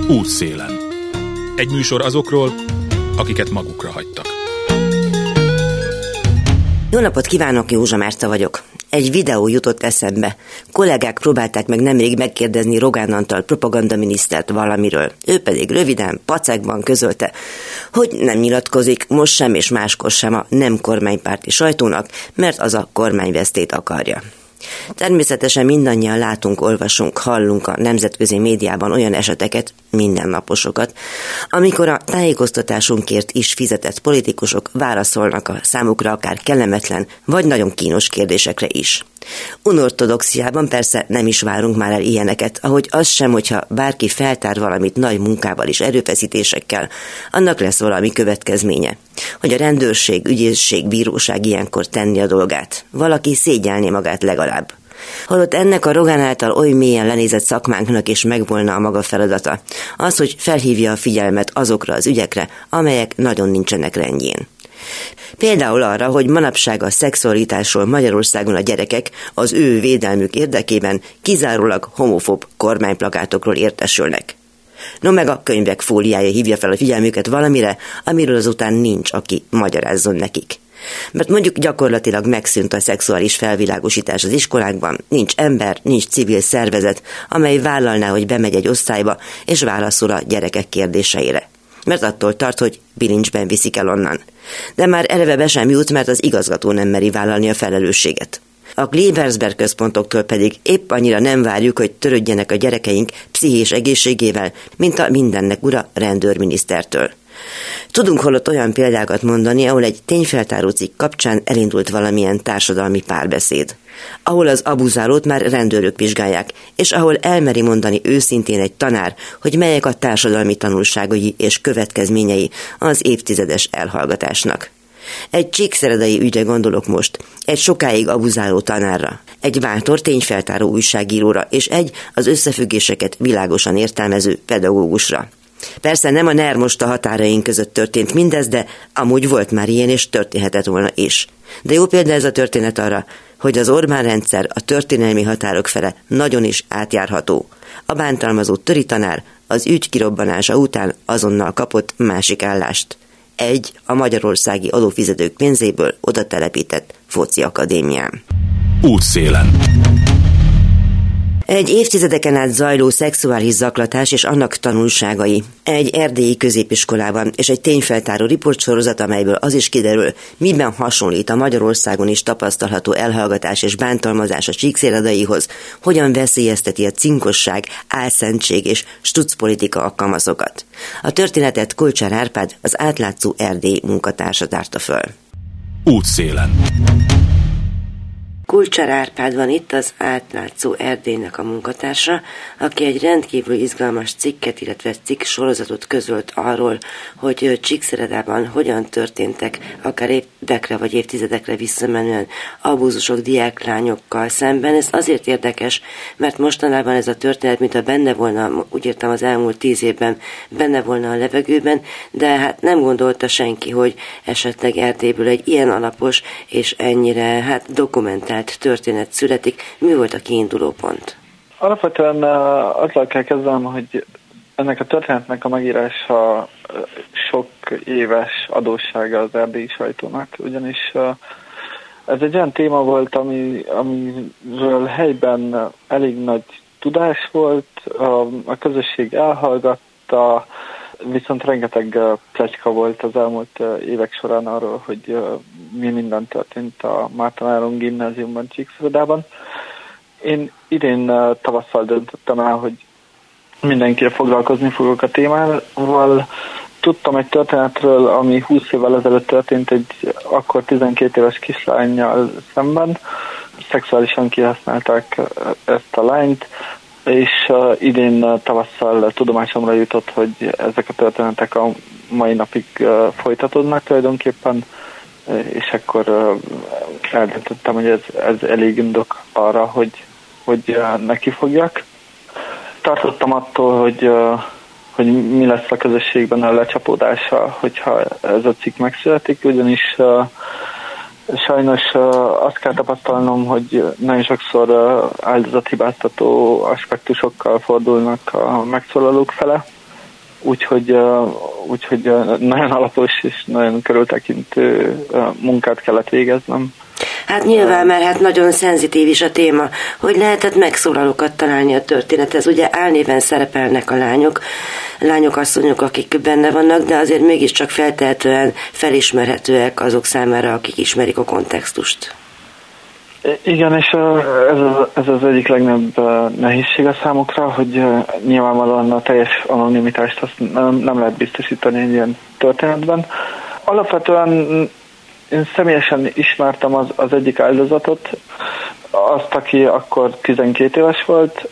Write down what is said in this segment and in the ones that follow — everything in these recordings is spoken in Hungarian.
Útszélen. Egy műsor azokról, akiket magukra hagytak. Jó napot kívánok, Józsa Márta vagyok. Egy videó jutott eszembe. Kollégák próbálták meg nemrég megkérdezni Rogán Antal propagandaminisztert valamiről. Ő pedig röviden, pacekban közölte, hogy nem nyilatkozik most sem és máskor sem a nem kormánypárti sajtónak, mert az a kormányvesztét akarja. Természetesen mindannyian látunk, olvasunk, hallunk a nemzetközi médiában olyan eseteket, mindennaposokat, amikor a tájékoztatásunkért is fizetett politikusok válaszolnak a számukra akár kellemetlen, vagy nagyon kínos kérdésekre is. Unortodoxiában persze nem is várunk már el ilyeneket, ahogy az sem, hogyha bárki feltár valamit nagy munkával és erőfeszítésekkel, annak lesz valami következménye. Hogy a rendőrség, ügyészség, bíróság ilyenkor tenni a dolgát. Valaki szégyelné magát legalább. Holott ennek a Rogán által oly mélyen lenézett szakmánknak is megvolna a maga feladata. Az, hogy felhívja a figyelmet azokra az ügyekre, amelyek nagyon nincsenek rendjén. Például arra, hogy manapság a szexualitásról Magyarországon a gyerekek az ő védelmük érdekében kizárólag homofób kormányplakátokról értesülnek. No meg a könyvek fóliája hívja fel a figyelmüket valamire, amiről azután nincs, aki magyarázzon nekik. Mert mondjuk gyakorlatilag megszűnt a szexuális felvilágosítás az iskolákban, nincs ember, nincs civil szervezet, amely vállalná, hogy bemegy egy osztályba és válaszol a gyerekek kérdéseire. Mert attól tart, hogy bilincsben viszik el onnan. De már eleve be sem jut, mert az igazgató nem meri vállalni a felelősséget. A Klebersberg központoktól pedig épp annyira nem várjuk, hogy törődjenek a gyerekeink pszichés egészségével, mint a mindennek ura rendőrminisztertől. Tudunk holott olyan példákat mondani, ahol egy tényfeltáró cikk kapcsán elindult valamilyen társadalmi párbeszéd. Ahol az abuzálót már rendőrök vizsgálják, és ahol elmeri mondani őszintén egy tanár, hogy melyek a társadalmi tanulságai és következményei az évtizedes elhallgatásnak. Egy csíkszeredai ügyre gondolok most, egy sokáig abuzáló tanárra, egy bátor tényfeltáró újságíróra és egy az összefüggéseket világosan értelmező pedagógusra. Persze nem a NER most a határaink között történt mindez, de amúgy volt már ilyen, és történhetett volna is. De jó példa ez a történet arra, hogy az Orbán rendszer a történelmi határok fele nagyon is átjárható. A bántalmazó töri tanár az ügy kirobbanása után azonnal kapott másik állást. Egy a magyarországi adófizetők pénzéből oda telepített foci akadémián. Útszélen. Egy évtizedeken át zajló szexuális zaklatás és annak tanulságai. Egy erdélyi középiskolában és egy tényfeltáró riportsorozat, amelyből az is kiderül, miben hasonlít a Magyarországon is tapasztalható elhallgatás és bántalmazás a csíkszéladaihoz, hogyan veszélyezteti a cinkosság, álszentség és stuccpolitika alkalmazokat. A történetet Kulcsár Árpád, az Átlátszó Erdély munkatársa tárta föl. Útszélen. Kulcsár Árpád van itt, az Átlátszó Erdélynek a munkatársa, aki egy rendkívül izgalmas cikket, illetve cikk sorozatot közölt arról, hogy Csíkszeredában hogyan történtek akár évekre vagy évtizedekre visszamenően abúzusok diáklányokkal szemben. Ez azért érdekes, mert mostanában ez a történet, mintha benne volna, úgy értem az elmúlt 10 évben benne volna a levegőben, de hát nem gondolta senki, hogy esetleg Erdélyből egy ilyen alapos és ennyire dokumentált történet születik. Mi volt a kiinduló pont? Alapvetően azzal kell kezdenem, hogy ennek a történetnek a megírása sok éves adóssága az erdélyi sajtónak, ugyanis ez egy olyan téma volt, amiről helyben elég nagy tudás volt, a közösség elhallgatta, viszont rengeteg pletyka volt az elmúlt évek során arról, hogy mi minden történt a Márton Áron gimnáziumban Csíkszeredában. Én idén tavasszal döntöttem el, hogy mindenkire foglalkozni fogok a témával. Tudtam egy történetről, ami 20 évvel ezelőtt történt egy akkor 12 éves kislánnyal szemben. Szexuálisan kihasználták ezt a lányt, és idén tavasszal tudomásomra jutott, hogy ezek a történetek a mai napig folytatódnak tulajdonképpen, és akkor eldöntöttem, hogy ez elég indok arra, hogy neki fogjak. Tartottam attól, hogy mi lesz a közösségben a lecsapódása, hogyha ez a cikk megszületik, ugyanis sajnos azt kell tapasztalnom, hogy nagyon sokszor áldozathibáztató aspektusokkal fordulnak a megszólalók fele, úgyhogy nagyon alapos és nagyon körültekintő munkát kellett végeznem. Hát nyilván, mert hát nagyon szenzitív is a téma. Hogy lehetett megszólalókat találni a történethez? Ugye álnéven szerepelnek a lányok, asszonyok, akik benne vannak, de azért mégiscsak feltehetően felismerhetőek azok számára, akik ismerik a kontextust. Igen, és ez az egyik legnagyobb nehézség a számukra, hogy nyilvánvalóan a teljes anonimitást azt nem lehet biztosítani egy ilyen történetben. Alapvetően én személyesen ismertem az egyik áldozatot, azt, aki akkor 12 éves volt.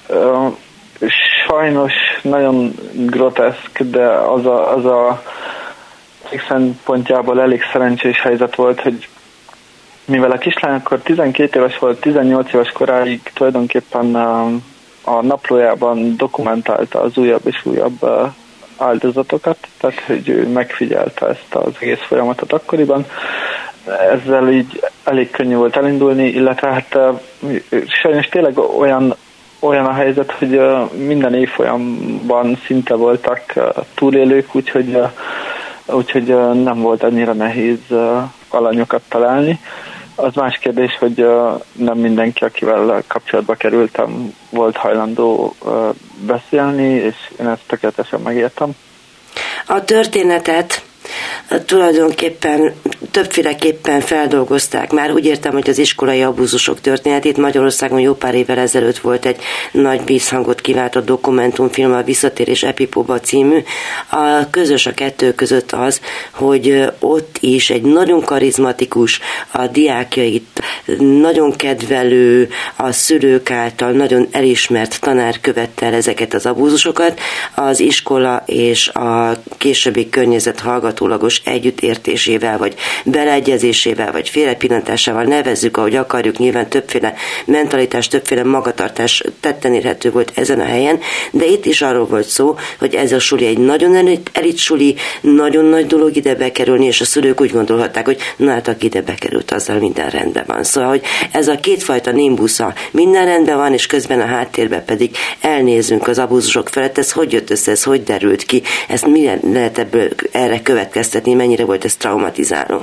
Sajnos nagyon groteszk, de az a szempontjából elég szerencsés helyzet volt, hogy mivel a kislány akkor 12 éves volt, 18 éves koráig tulajdonképpen a naplójában dokumentálta az újabb és újabb áldozatokat, tehát hogy ő megfigyelte ezt az egész folyamatot akkoriban. Ezzel így elég könnyű volt elindulni, illetve hát sajnos tényleg olyan a helyzet, hogy minden évfolyamban szinte voltak túlélők, úgyhogy nem volt annyira nehéz alanyokat találni. Az más kérdés, hogy nem mindenki, akivel kapcsolatba kerültem, volt hajlandó beszélni, és én ezt tökéletesen megértem. A történetet tulajdonképpen többféleképpen feldolgozták. Már úgy értem, hogy az iskolai abúzusok történetét Magyarországon jó pár évvel ezelőtt volt egy nagy vízhangot kiváltott dokumentumfilm, a Visszatérés Epipóba című. A közös a kettő között az, hogy ott is egy nagyon karizmatikus, a diákjait nagyon kedvelő, a szülők által nagyon elismert tanár követte el ezeket az abúzusokat. Az iskola és a későbbi környezet hallgatólagos együttértésével, vagy beleegyezésével, vagy félrepillantásával, nevezzük, ahogy akarjuk, nyilván többféle mentalitás, többféle magatartás tetten érhető volt ezen a helyen, de itt is arról volt szó, hogy ez a suli egy nagyon elit suli, nagyon nagy dolog ide bekerülni, és a szülők úgy gondolhatták, hogy na hát aki ide bekerült, azzal minden rendben van. Szóval, hogy ez a kétfajta nimbusza, minden rendben van, és közben a háttérben pedig elnézünk az abúzusok felett. Ez hogy jött össze, ez hogy derült ki, ezt mire lehet ebből erre következtetni, mennyire volt ez traumatizáló?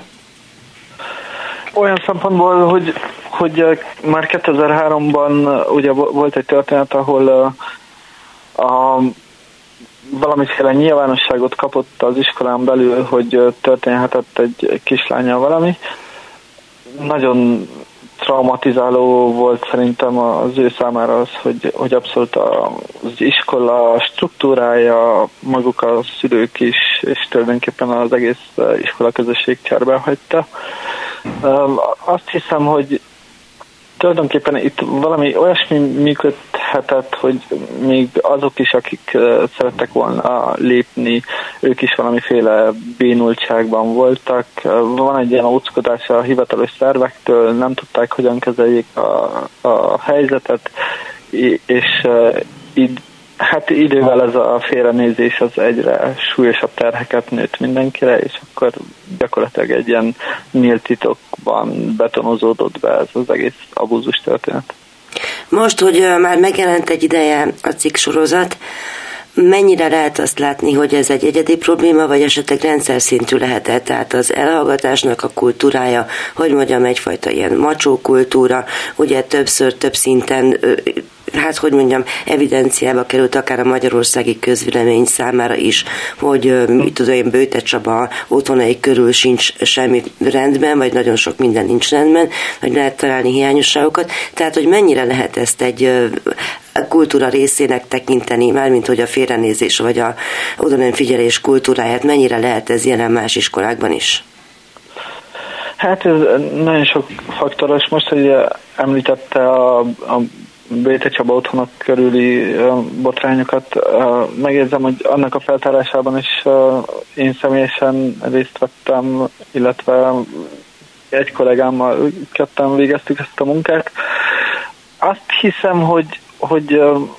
Olyan szempontból, hogy már 2003-ban ugye volt egy történet, ahol valamiféle nyilvánosságot kapott az iskolán belül, hogy történhetett egy kislánnyal valami. Nagyon traumatizáló volt szerintem az ő számára az, hogy abszolút az iskola struktúrája, maguk a szülők is, és tulajdonképpen az egész iskola közösség cserben hagyta. Azt hiszem, hogy tulajdonképpen itt valami olyasmi működhetett, hogy még azok is, akik szerettek volna lépni, ők is valamiféle bénultságban voltak. Van egy ilyen óckodás a hivatalos szervektől, nem tudták, hogyan kezeljék a helyzetet, és hát idővel ez a félrenézés az egyre súlyosabb terheket nőtt mindenkire, és akkor gyakorlatilag egy ilyen nyílt titokban betonozódott be ez az egész abúzus történet. Most, hogy már megjelent egy ideje a cikksorozat, mennyire lehet azt látni, hogy ez egy egyedi probléma, vagy esetleg rendszer szintű lehet-e? Tehát az elhallgatásnak a kultúrája, hogy mondjam, egyfajta ilyen macsó kultúra, ugye többször, több szinten, hát hogy mondjam, evidenciába került akár a magyarországi közvélemény számára is, hogy mit tudom én, Böjte Csaba otthonai körül sincs semmi rendben, vagy nagyon sok minden nincs rendben, vagy lehet találni hiányosságokat. Tehát, hogy mennyire lehet ezt egy kultúra részének tekinteni, mármint hogy a félrenézés, vagy a oda nem figyelés kultúráját, mennyire lehet ez jelen más iskolákban is? Hát ez nagyon sok faktoros. Most, hogy említette a Böjte Csaba otthonok körüli botrányokat, megjegyzem, hogy annak a feltárásában is én személyesen részt vettem, illetve egy kollégámmal ketten végeztük ezt a munkát. Azt hiszem, hogy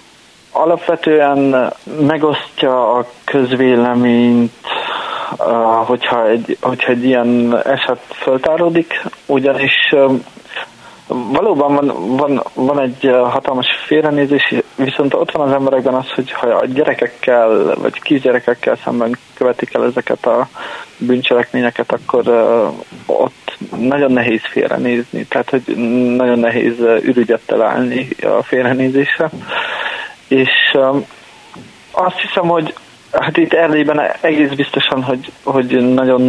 alapvetően megosztja a közvéleményt, hogyha egy ilyen eset föltáródik, ugyanis Valóban van egy hatalmas félrenézés, viszont ott van az emberekben az, hogy ha a gyerekekkel, vagy kisgyerekekkel szemben követik el ezeket a bűncselekményeket, akkor ott nagyon nehéz félrenézni, tehát hogy nagyon nehéz ürügyet találni a félrenézésre. És azt hiszem, hogy hát itt Erdélyben egész biztosan, hogy nagyon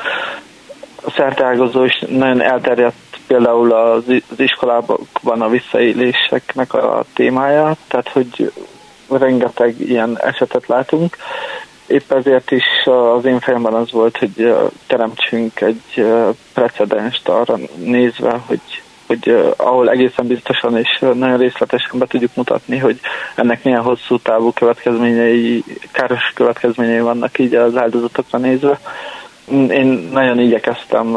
szerteágazó és nagyon elterjedt például az iskolában a visszaéléseknek a témája, tehát hogy rengeteg ilyen esetet látunk. Épp ezért is az én fejemben az volt, hogy teremtsünk egy precedenst arra nézve, hogy ahol egészen biztosan és nagyon részletesen be tudjuk mutatni, hogy ennek milyen hosszú távú következményei, káros következményei vannak így az áldozatokra nézve. Én nagyon igyekeztem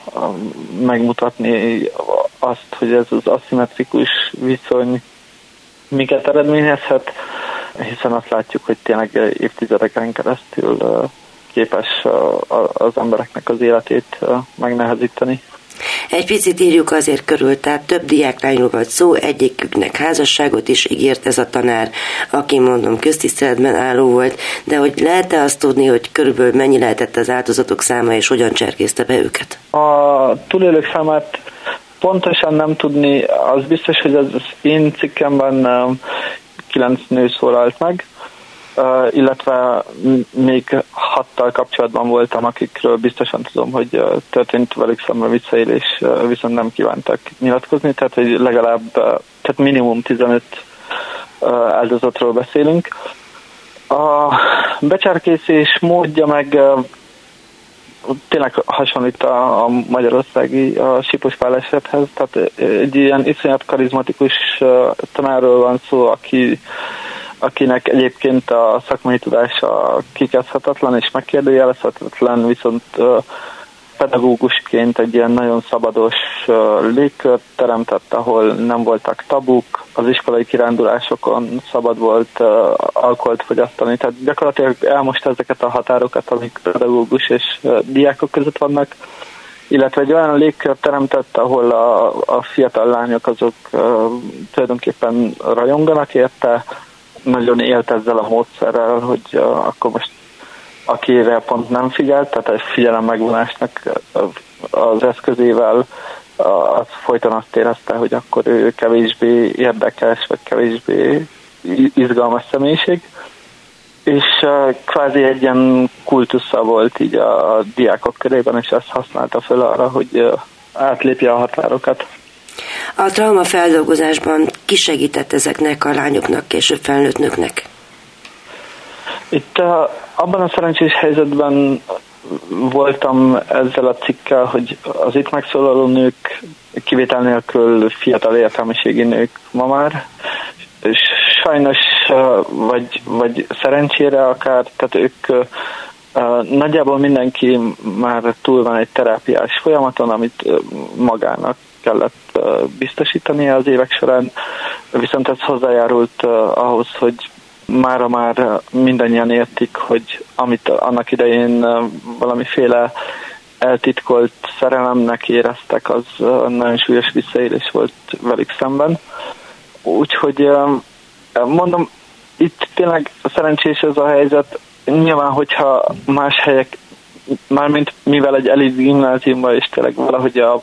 megmutatni azt, hogy ez az aszimmetrikus viszony miket eredményezhet, hiszen azt látjuk, hogy tényleg évtizedeken keresztül képes az embereknek az életét megnehezíteni. Egy picit írjuk azért körül, tehát több diáklányról volt szó, egyiküknek házasságot is ígért ez a tanár, aki mondom köztiszteletben álló volt, de hogy lehet-e azt tudni, hogy körülbelül mennyi lehetett az áldozatok száma, és hogyan cserkészte be őket? A túlélők számát pontosan nem tudni, az biztos, hogy az én cikkemben 9 nő szólalt meg, illetve még 6-tal kapcsolatban voltam, akikről biztosan tudom, hogy történt velük szemben visszaélés, viszont nem kívántak nyilatkozni, tehát hogy legalább, tehát minimum 15 áldozatról beszélünk. A becserkészés módja meg tényleg hasonlít a magyarországi a Sipos Pál esethez, tehát egy ilyen iszonyat karizmatikus tanárról van szó, akinek egyébként a szakmai tudása kikezdhetetlen és megkérdőjelezhetetlen, viszont pedagógusként egy ilyen nagyon szabados légkört teremtett, ahol nem voltak tabuk, az iskolai kirándulásokon szabad volt alkoholt fogyasztani, tehát gyakorlatilag elmosta ezeket a határokat, amik pedagógus és diákok között vannak, illetve egy olyan légkört teremtett, ahol a fiatal lányok azok tulajdonképpen rajonganak érte, nagyon élt ezzel a módszerrel, hogy akkor most akire pont nem figyelt, tehát egy figyelem megvonásnak az eszközével az folyton azt érezte, hogy akkor ő kevésbé érdekes, vagy kevésbé izgalmas személyiség. És kvázi egy ilyen kultusza volt így a diákok körében, és ezt használta fel arra, hogy átlépje a határokat. A traumafeldolgozásban ki segített ezeknek a lányoknak, később felnőtt nőknek? Itt abban a szerencsés helyzetben voltam ezzel a cikkel, hogy az itt megszólaló nők kivétel nélkül fiatal értelmiségi nők ma már, és sajnos, vagy szerencsére akár, tehát ők nagyjából mindenki már túl van egy terápiás folyamaton, amit magának kellett biztosítani az évek során, viszont ez hozzájárult ahhoz, hogy mára már mindannyian értik, hogy amit annak idején valamiféle eltitkolt szerelemnek éreztek, az nagyon súlyos visszaélés volt velük szemben. Úgyhogy mondom, itt tényleg szerencsés ez a helyzet. Nyilván, hogyha más helyek, mármint mivel egy elit gimnáziumban és tényleg valahogy a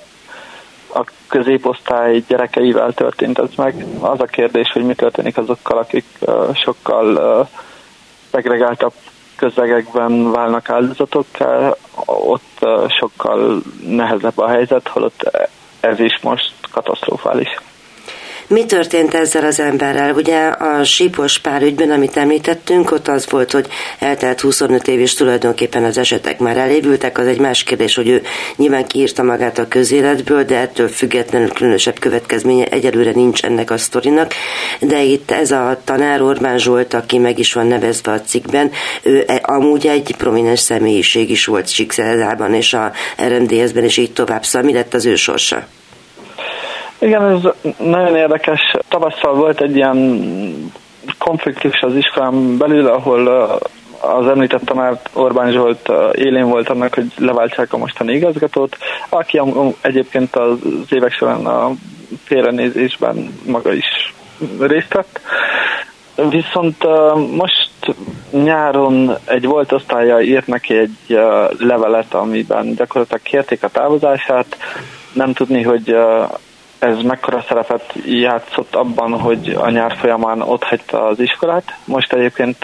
középosztály gyerekeivel történt ez meg. Az a kérdés, hogy mi történik azokkal, akik sokkal szegregáltabb közegekben válnak áldozatokká, ott sokkal nehezebb a helyzet, holott ez is most katasztrofális. Mi történt ezzel az emberrel? Ugye a Sipos Pál ügyben, amit említettünk, ott az volt, hogy eltelt 25 év, és tulajdonképpen az esetek már elévültek. Az egy más kérdés, hogy ő nyilván kiírta magát a közéletből, de ettől függetlenül különösebb következménye egyelőre nincs ennek a sztorinak. De itt ez a tanár Orbán Zsolt, aki meg is van nevezve a cikkben, ő amúgy egy prominens személyiség is volt Csíkszeredában és a RMDS-ben, és így tovább. Szóval mi lett az ő sorsa? Igen, ez nagyon érdekes. Tavasszal volt egy ilyen konfliktus az iskolán belül, ahol az említett tanár Orbán Zsolt élén volt annak, hogy leváltsák a mostani igazgatót, aki egyébként az évek során a félrenézésben maga is részt vett. Viszont most nyáron egy volt osztálya írt neki egy levelet, amiben gyakorlatilag kérték a távozását. Nem tudni, hogy ez mekkora szerepet játszott abban, hogy a nyár folyamán otthagyta az iskolát. Most egyébként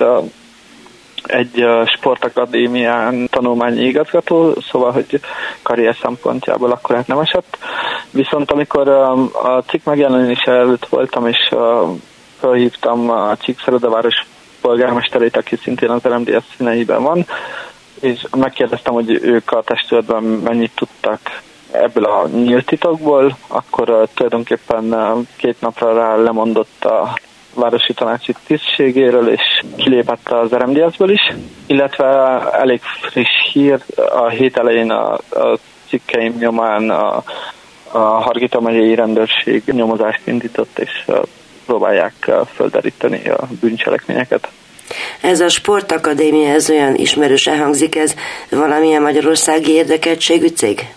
egy sportakadémián tanulmányi igazgató, szóval, hogy karrier szempontjából akkor nem esett. Viszont amikor a cikk megjelenése előtt voltam, és felhívtam a Csíkszeredaváros polgármesterét, aki szintén az RMDSZ színeiben van, és megkérdeztem, hogy ők a testületben mennyit tudtak ebből a nyílt titokból, akkor tulajdonképpen 2 napra rá lemondott a városi tanácsi tisztségéről, és kilépett az RMDSZ-ből is, illetve elég friss hír, a hét elején a cikkeim nyomán a Hargita megyei rendőrség nyomozást indított, és próbálják földeríteni a bűncselekményeket. Ez a sportakadémia, ez olyan ismerősen hangzik, ez valamilyen magyarországi érdekeltségű cég?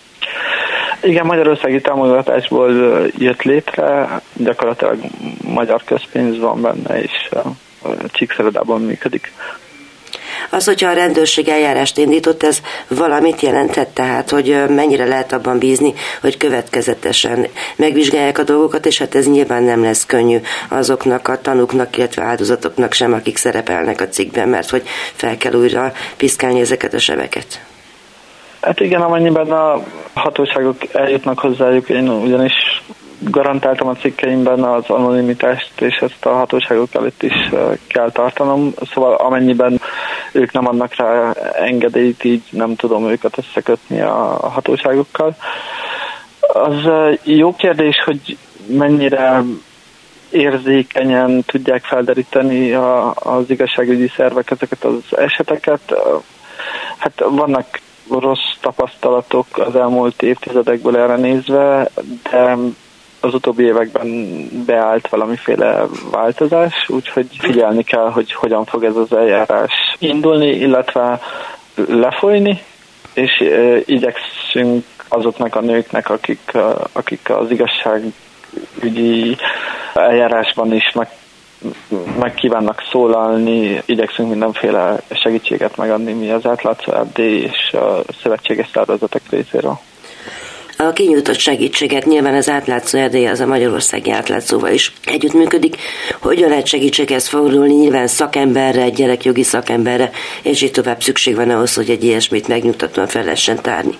Igen, magyarországi támogatásból jött létre, gyakorlatilag magyar közpénz van benne, és Csíkszeredában működik. Az, hogyha a rendőrség eljárást indított, ez valamit jelentett, tehát, hogy mennyire lehet abban bízni, hogy következetesen megvizsgálják a dolgokat, és hát ez nyilván nem lesz könnyű azoknak a tanúknak, illetve áldozatoknak sem, akik szerepelnek a cikkben, mert hogy fel kell újra piszkálni ezeket a sebeket. Hát igen, amennyiben a hatóságok eljutnak hozzájuk, én ugyanis garantáltam a cikkeimben az anonimitást, és ezt a hatóságok előtt is kell tartanom. Szóval amennyiben ők nem adnak rá engedélyt, így nem tudom őket összekötni a hatóságokkal. Az jó kérdés, hogy mennyire érzékenyen tudják felderíteni az igazságügyi szervek ezeket az eseteket. Hát vannak rossz tapasztalatok az elmúlt évtizedekből erre nézve, de az utóbbi években beállt valamiféle változás, úgyhogy figyelni kell, hogy hogyan fog ez az eljárás indulni, illetve lefolyni, és igyekszünk azoknak a nőknek, akik az igazságügyi eljárásban is meg kívánnak szólalni, igyekszünk mindenféle segítséget megadni mi az Átlátszó RD és a szövetséges szervezetek részéről. A kinyújtott segítséget nyilván az Átlátszó Erdélye, az a magyarországi átlátszóval is együttműködik. Hogyan lehet segítséghez fordulni? Nyilván szakemberre, gyerekjogi szakemberre, és így tovább szükség van ahhoz, hogy egy ilyesmit megnyugtatóan fel lehessen tárni.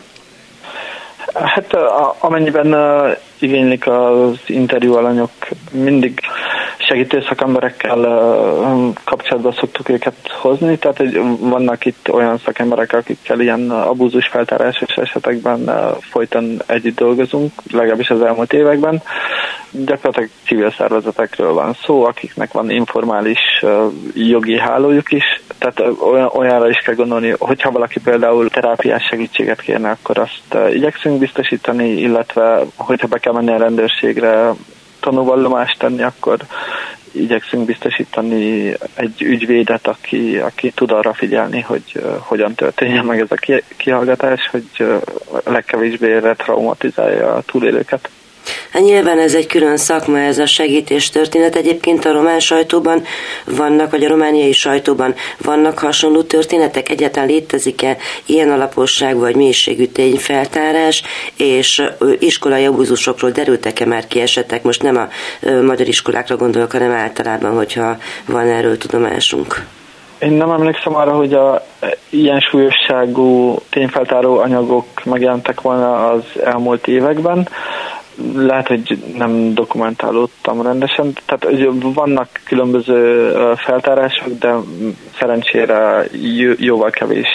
Hát amennyiben igénylik az interjú alanyok, mindig segítő szakemberekkel kapcsolatban szoktuk őket hozni, tehát hogy vannak itt olyan szakemberek, akikkel ilyen abúzus feltárásos esetekben folyton együtt dolgozunk, legalábbis az elmúlt években. Gyakorlatilag civil szervezetekről van szó, akiknek van informális jogi hálójuk is, tehát olyanra is kell gondolni, hogyha valaki például terápiás segítséget kérne, akkor azt igyekszünk biztosítani, illetve hogyha be kell menni a rendőrségre tanúvallomást tenni, akkor igyekszünk biztosítani egy ügyvédet, aki tud arra figyelni, hogy hogyan történjen meg ez a kihallgatás, hogy legkevésbé retraumatizálja a túlélőket. Hát nyilván ez egy külön szakma, ez a segítés történet. Egyébként a román sajtóban vannak, vagy a romániai sajtóban vannak hasonló történetek? Egyáltalán létezik-e ilyen alaposság vagy mélységű tényfeltárás, és iskolai abúzusokról derültek-e már ki esetek? Most nem a magyar iskolákra gondolok, hanem általában, hogyha van erről tudomásunk. Én nem emlékszem arra, hogy ilyen súlyosságú tényfeltáró anyagok megjelentek volna az elmúlt években. Lehet, hogy nem dokumentálódtam rendesen. Tehát vannak különböző feltárások, de szerencsére jóval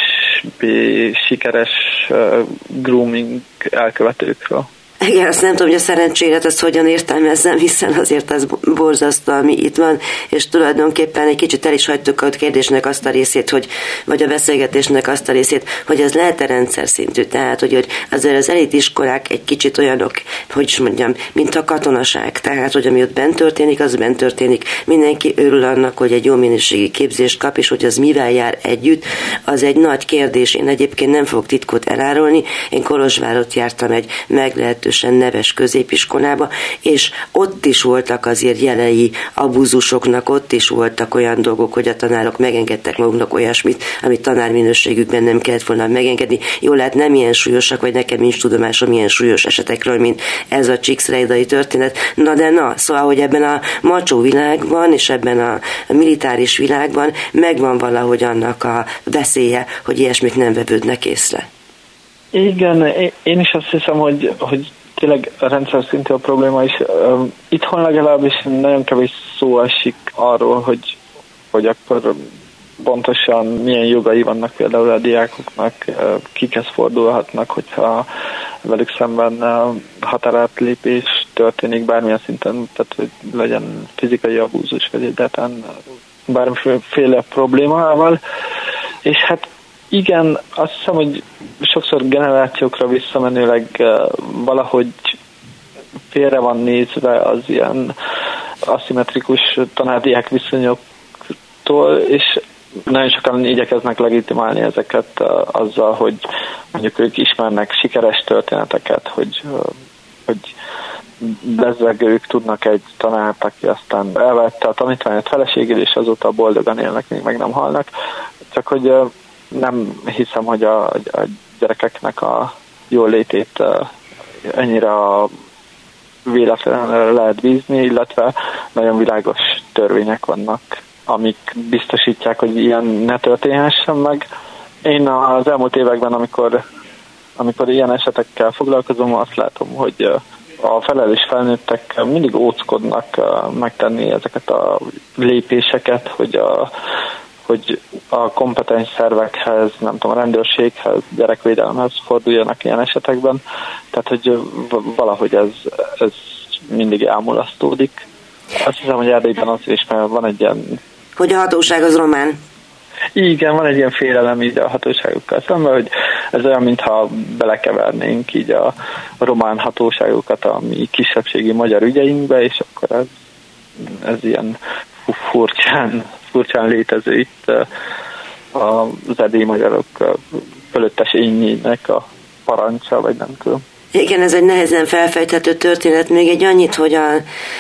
kevésbé sikeres grooming elkövetőkről. Igen, azt nem tudom, hogy a szerencséret ezt hogyan értelmezzem, hiszen azért az borzasztó, ami itt van, és tulajdonképpen egy kicsit el is hagytuk a kérdésnek azt a részét, vagy a beszélgetésnek azt a részét, hogy ez lehet-e rendszer szintű. Tehát, hogy azért az elitiskolák egy kicsit olyanok, hogy is mondjam, mint a katonaság. Tehát, hogy ami ott bent történik, az bent történik. Mindenki örül annak, hogy egy jó minőségi képzést kap, és hogy az mivel jár együtt, az egy nagy kérdés. Én egyébként nem fogok titkot elárulni. Én Kolozsvárot jártam egy meglehető meglehetősen neves középiskolába, és ott is voltak azért jelei abúzusoknak, ott is voltak olyan dolgok, hogy a tanárok megengedtek maguknak olyasmit, amit tanárminőségükben nem kellett volna megengedni. Jól lehet, nem ilyen súlyosak, vagy nekem nincs tudomásom ilyen súlyos esetekről, mint ez a csíkszrejdai történet. Szóval, hogy ebben a macsó világban, és ebben a militáris világban megvan valahogy annak a veszélye, hogy ilyesmik nem vevődnek észre. Igen, én is azt hiszem, hogy tényleg rendszer szintű a probléma is. Itthon legalábbis nagyon kevés szó esik arról, hogy akkor pontosan milyen jogai vannak például a diákoknak, kikhez fordulhatnak, hogyha velük szemben határátlépés történik bármilyen szinten, tehát hogy legyen fizikai abúzus, vagy egyáltalán bármiféle problémával. És hát igen, azt hiszem, hogy sokszor generációkra visszamenőleg valahogy félre van nézve az ilyen aszimmetrikus tanárdiák viszonyoktól, és nagyon sokan igyekeznek legitimálni ezeket azzal, hogy mondjuk ők ismernek sikeres történeteket, hogy bezzeg ők tudnak egy tanárt, aki aztán elvette a tanítványot feleségét, és azóta boldogan élnek, még meg nem halnak. Csak hogy nem hiszem, hogy a gyerekeknek a jól létét ennyire véletlenül lehet bízni, illetve nagyon világos törvények vannak, amik biztosítják, hogy ilyen ne történhessen meg. Én az elmúlt években, amikor ilyen esetekkel foglalkozom, azt látom, hogy a felelős felnőttek mindig óckodnak megtenni ezeket a lépéseket, hogy a kompetens szervekhez, nem tudom, a rendőrséghez, gyerekvédelemhez forduljanak ilyen esetekben. Tehát, hogy valahogy ez mindig elmulasztódik. Azt hiszem, hogy Erdélyben az is, mert van egy ilyen... Hogy a hatóság az román? Igen, van egy ilyen félelem így a hatóságokkal szemben, hogy ez olyan, mintha belekevernénk így a román hatóságokat a mi kisebbségi magyar ügyeinkbe, és akkor ez ilyen furcsán létező itt az erdélyi magyarok fölöttes ényének a parancsa, vagy nem tudom. Igen, ez egy nehezen felfejthető történet. Még egy annyit, hogy a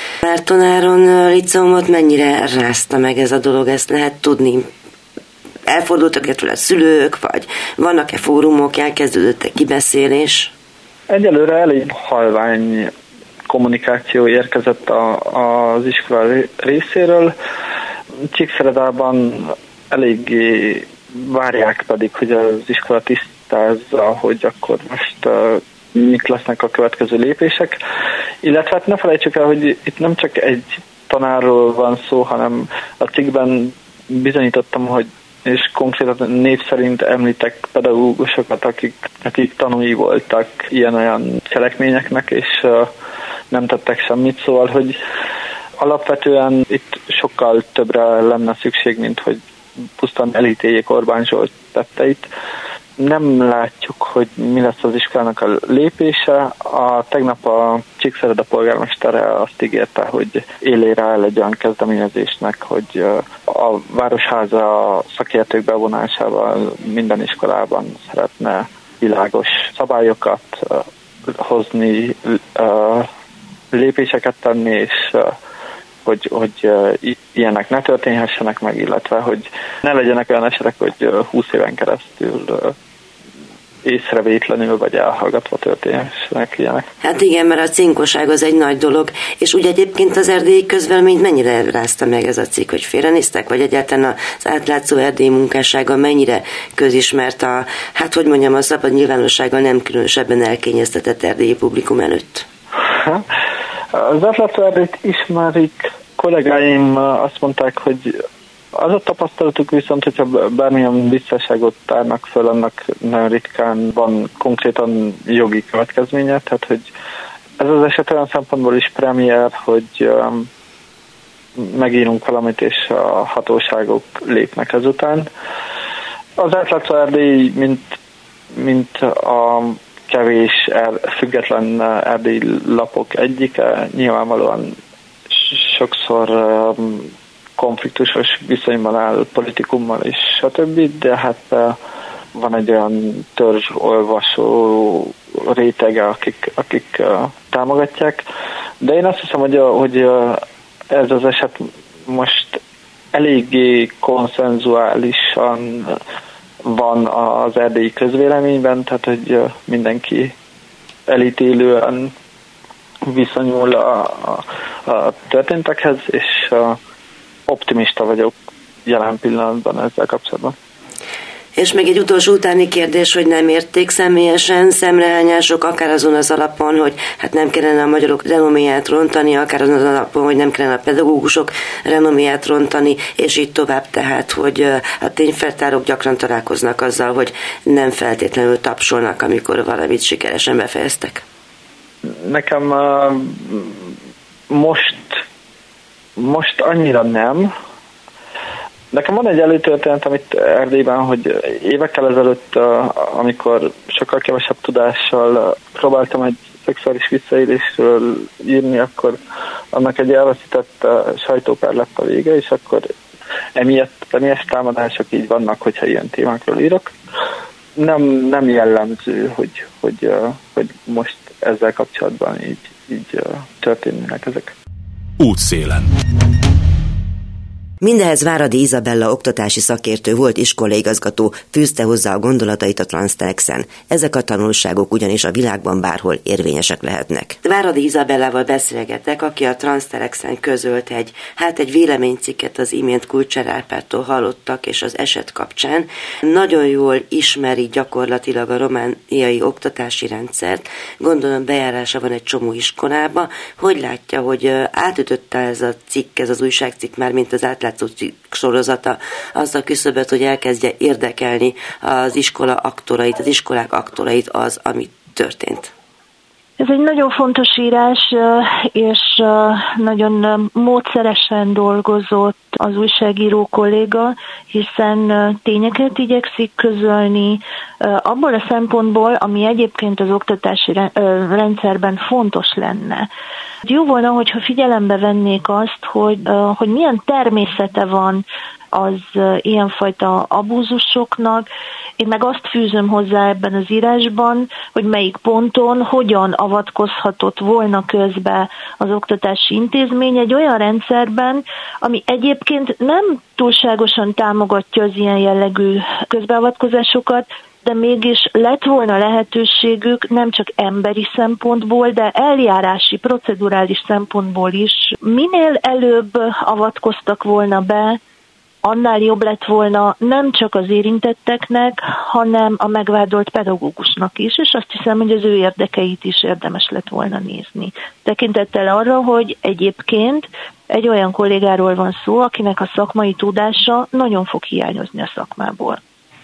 Márton liceumot mennyire rázta meg ez a dolog, ezt lehet tudni. Elfordultak-e tőle a szülők, vagy vannak-e fórumok, elkezdődött-e kibeszélés? Egyelőre elég halvány kommunikáció érkezett az iskola részéről. Csíkszeredában eléggé várják pedig, hogy az iskola tisztázza, hogy akkor most mik lesznek a következő lépések. Illetve hát ne felejtsük el, hogy itt nem csak egy tanárról van szó, hanem a cikkben bizonyítottam, hogy és konkrétan név szerint említek pedagógusokat, akik tanúi voltak ilyen-olyan cselekményeknek, és nem tettek semmit, szóval, hogy alapvetően itt sokkal többre lenne szükség, mint hogy pusztán elítéljék Orbán Zsolt tetteit. Nem látjuk, hogy mi lesz az iskolának a lépése. Tegnap a Csíkszereda polgármestere azt ígérte, hogy élére áll egy olyan kezdeményezésnek, hogy a Városháza szakértők bevonásával minden iskolában szeretne világos szabályokat hozni, lépéseket tenni, és hogy ilyenek ne történhessenek meg, illetve hogy ne legyenek olyan esetek, hogy 20 éven keresztül észrevétlenül vagy elhallgatva történhessenek ilyenek. Hát igen, mert a cinkoság az egy nagy dolog, és úgy egyébként az erdélyi közvéleményt mennyire rázta meg ez a cikk, hogy félrenéztek, vagy egyáltalán az átlátszó erdélyi munkássága mennyire közismert a szabad nyilvánossággal nem különösebben elkényeztetett erdélyi publikum előtt? Az átlátszó erdélyt ismerik, kollégáim azt mondták, hogy az a tapasztalatuk viszont, hogyha bármilyen visszaságot tárnak föl, annak nagyon ritkán van konkrétan jogi következménye, tehát hogy ez az eset olyan szempontból is premier, hogy megírunk valamit, és a hatóságok lépnek ezután. Az átlátszó erdély, mint a kevés független erdélyi lapok egyike, nyilvánvalóan sokszor konfliktusos viszonyban áll politikummal és stb., de hát van egy olyan törzsolvasó rétege, akik támogatják. De én azt hiszem, hogy ez az eset most eléggé konszenzuálisan van az erdélyi közvéleményben, tehát hogy mindenki elítélően viszonyul a történtekhez, és optimista vagyok jelen pillanatban ezzel kapcsolatban. És még egy utolsó utáni kérdés, hogy nem érték személyesen szemrehányások, akár azon az alapon, hogy hát nem kellene a magyarok renoméját rontani, akár azon az alapon, hogy nem kellene a pedagógusok renoméját rontani, és így tovább, tehát, hogy a tényfeltárok gyakran találkoznak azzal, hogy nem feltétlenül tapsolnak, amikor valamit sikeresen befejeztek. Nekem most annyira nem. Nekem van egy előtörténet, amit Erdélyben, hogy évekkel ezelőtt, amikor sokkal kevesebb tudással próbáltam egy szexuális visszaélésről írni, akkor annak egy elveszített sajtóper lett a vége, és akkor emiatt személyes támadások így vannak, hogyha ilyen témákról írok. Nem jellemző, hogy most ezzel kapcsolatban így történnek ezek. Útszélen. Mindehez Váradi Izabella oktatási szakértő volt iskolaigazgató fűzte hozzá a gondolatait a Transztelexen. Ezek a tanulságok ugyanis a világban bárhol érvényesek lehetnek. Váradi Izabellával beszélgetek, aki a Transztelexen közölt egy véleménycikket az imént Kulcsár Árpádtól hallottak, és az eset kapcsán nagyon jól ismeri gyakorlatilag a romániai oktatási rendszert. Gondolom bejárása van egy csomó iskolába. Hogy látja, hogy átütötte ez a cikk, ez az újságcikk már, mint az átlátszó sorozata, az a küszöböt, hogy elkezdje érdekelni az iskola aktorait, az iskolák aktorait az, ami történt? Ez egy nagyon fontos írás, és nagyon módszeresen dolgozott az újságíró kolléga, hiszen tényeket igyekszik közölni, abból a szempontból, ami egyébként az oktatási rendszerben fontos lenne. Jó volna, hogyha figyelembe vennék azt, hogy milyen természete van az ilyenfajta abúzusoknak. Én meg azt fűzöm hozzá ebben az írásban, hogy melyik ponton hogyan avatkozhatott volna közbe az oktatási intézmény egy olyan rendszerben, ami egyébként nem túlságosan támogatja az ilyen jellegű közbeavatkozásokat, de mégis lett volna lehetőségük nem csak emberi szempontból, de eljárási, procedurális szempontból is. Minél előbb avatkoztak volna be, annál jobb lett volna nem csak az érintetteknek, hanem a megvádolt pedagógusnak is, és azt hiszem, hogy az ő érdekeit is érdemes lett volna nézni. Tekintettel arra, hogy egyébként egy olyan kollégáról van szó, akinek a szakmai tudása nagyon fog hiányozni a szakmából.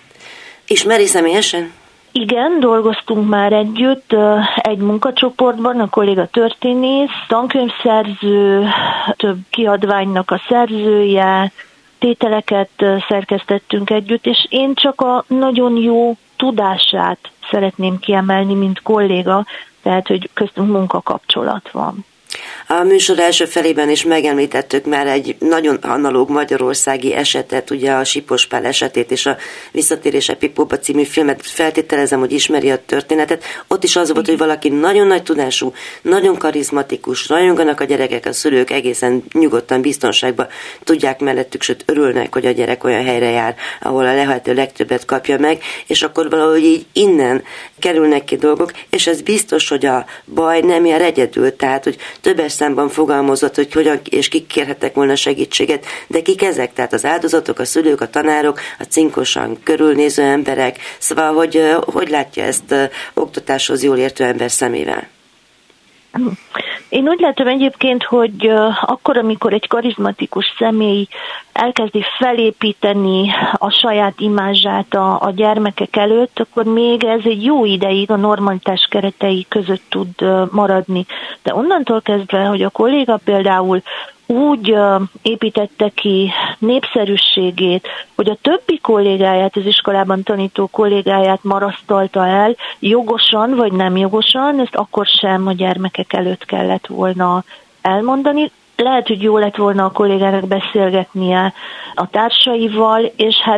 Ismeri személyesen? Igen, dolgoztunk már együtt egy munkacsoportban, a kolléga történész, tankönyvszerző, több kiadványnak a szerzője, tételeket szerkesztettünk együtt, és én csak a nagyon jó tudását szeretném kiemelni, mint kolléga, tehát, hogy köztünk munkakapcsolat van. A műsor első felében is megemlítettük már egy nagyon analóg magyarországi esetet, ugye a Sipos Pál esetét és a Visszatérése Pipóba című filmet. Feltételezem, hogy ismeri a történetet. Ott is az volt, hogy valaki nagyon nagy tudású, nagyon karizmatikus, rajonganak a gyerekek, a szülők egészen nyugodtan, biztonságban tudják mellettük, sőt örülnek, hogy a gyerek olyan helyre jár, ahol a lehető legtöbbet kapja meg, és akkor valahogy így innen kerülnek ki dolgok, és ez biztos, hogy a baj nem jár egyedül, tehát, hogy többes számban fogalmazott, hogy hogyan és kik kérhettek volna segítséget, de kik ezek? Tehát az áldozatok, a szülők, a tanárok, a cinkosan körülnéző emberek. Szóval, hogy látja ezt oktatáshoz jól értő ember szemével? Én úgy látom egyébként, hogy akkor, amikor egy karizmatikus személy elkezdi felépíteni a saját imázsát a gyermekek előtt, akkor még ez egy jó ideig a normalitás keretei között tud maradni. De onnantól kezdve, hogy a kolléga például úgy építette ki népszerűségét, hogy a többi kollégáját, az iskolában tanító kollégáját marasztalta el, jogosan vagy nem jogosan, ezt akkor sem a gyermekek előtt kellett volna elmondani. Lehet, hogy jó lett volna a kollégának beszélgetnie a társaival, és hát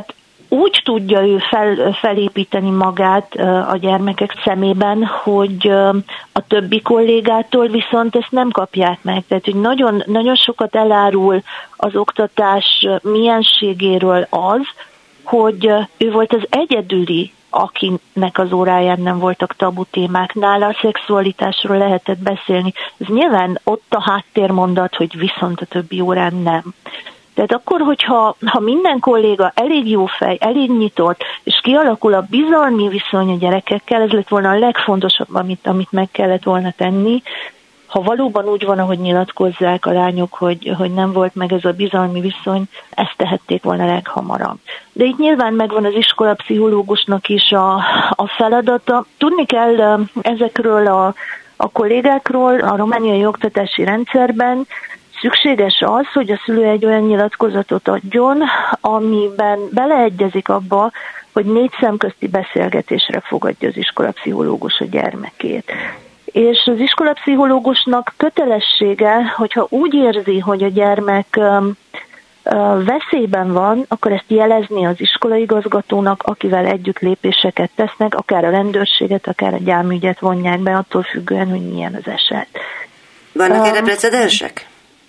úgy tudja ő felépíteni magát a gyermekek szemében, hogy a többi kollégától viszont ezt nem kapják meg. Tehát, hogy nagyon, nagyon sokat elárul az oktatás mienségéről az, hogy ő volt az egyedüli, akinek az óráján nem voltak tabu témák. Nála a szexualitásról lehetett beszélni. Ez nyilván ott a háttérmondat, hogy viszont a többi órán nem. Tehát akkor, hogyha minden kolléga elég jó fej, elég nyitott, és kialakul a bizalmi viszony a gyerekekkel, ez lett volna a legfontosabb, amit meg kellett volna tenni. Ha valóban úgy van, ahogy nyilatkozzák a lányok, hogy nem volt meg ez a bizalmi viszony, ezt tehették volna leghamarabb. De itt nyilván megvan az iskolapszichológusnak is a feladata. Tudni kell ezekről a kollégákról a romániai oktatási rendszerben, szükséges az, hogy a szülő egy olyan nyilatkozatot adjon, amiben beleegyezik abba, hogy 4 szemközti beszélgetésre fogadja az iskolapszichológus a gyermekét. És az iskolapszichológusnak kötelessége, hogyha úgy érzi, hogy a gyermek veszélyben van, akkor ezt jelezni az iskolaigazgatónak, akivel együtt lépéseket tesznek, akár a rendőrséget, akár a gyámügyet vonják be, attól függően, hogy milyen az eset. Vannak erre precedensek?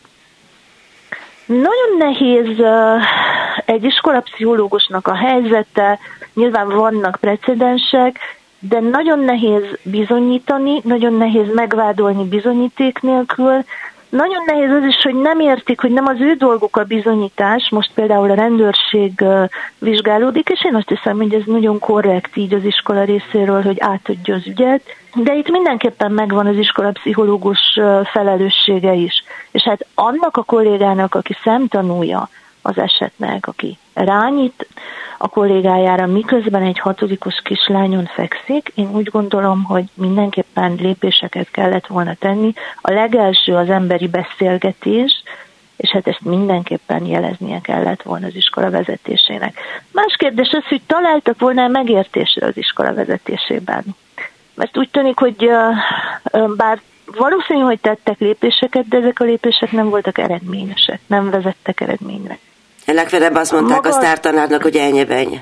Nagyon nehéz egy iskolapszichológusnak a helyzete, nyilván vannak precedensek, de nagyon nehéz bizonyítani, nagyon nehéz megvádolni bizonyíték nélkül. Nagyon nehéz az is, hogy nem értik, hogy nem az ő dolguk a bizonyítás, most például a rendőrség vizsgálódik, és én azt hiszem, hogy ez nagyon korrekt így az iskola részéről, hogy átadja az ügyet, de itt mindenképpen megvan az iskolapszichológus felelőssége is. És hát annak a kollégának, aki szemtanúja az esetnek, aki rányít a kollégájára, miközben egy 6. kislányon fekszik, én úgy gondolom, hogy mindenképpen lépéseket kellett volna tenni. A legelső az emberi beszélgetés, és hát ezt mindenképpen jeleznie kellett volna az iskola vezetésének. Más kérdés az, hogy találtak volna megértésre az iskola vezetésében. Mert úgy tűnik, hogy bár valószínű, hogy tettek lépéseket, de ezek a lépések nem voltak eredményesek, nem vezettek eredményre. Legfeljebb azt mondták a sztártanárnak, hogy ennyi.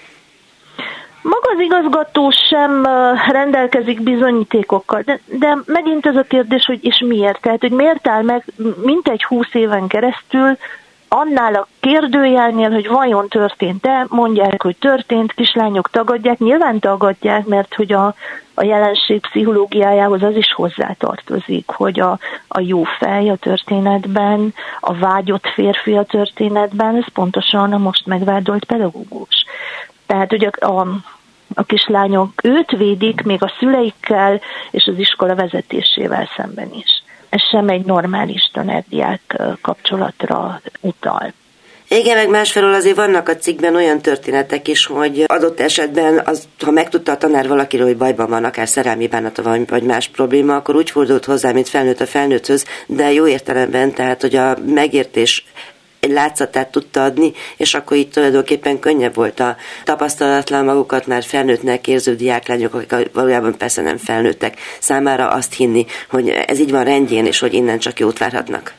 Maga az igazgató sem rendelkezik bizonyítékokkal, de megint ez a kérdés, hogy és miért? Tehát, hogy miért áll meg mintegy 20 éven keresztül annál a kérdőjelnél, hogy vajon történt-e, mondják, hogy történt, kislányok tagadják, nyilván tagadják, mert hogy a jelenség pszichológiájához az is hozzátartozik, hogy a jó fej a történetben, a vágyott férfi a történetben, ez pontosan a most megvádolt pedagógus. Tehát ugye a kislányok őt védik még a szüleikkel és az iskola vezetésével szemben is. Ez sem egy normális tanár-diák kapcsolatra utal. Igen, meg másfelől azért vannak a cikkben olyan történetek is, hogy adott esetben, ha megtudta a tanár valakiről, hogy bajban van, akár szerelmi bánata vagy más probléma, akkor úgy fordult hozzá, mint felnőtt a felnőtthöz, de jó értelemben, tehát, hogy a megértés egy látszatát tudta adni, és akkor így tulajdonképpen könnyebb volt a tapasztalatlan magukat már felnőttnek érző diáklányok, akik valójában persze nem felnőttek, számára azt hinni, hogy ez így van rendjén, és hogy innen csak jót várhatnak.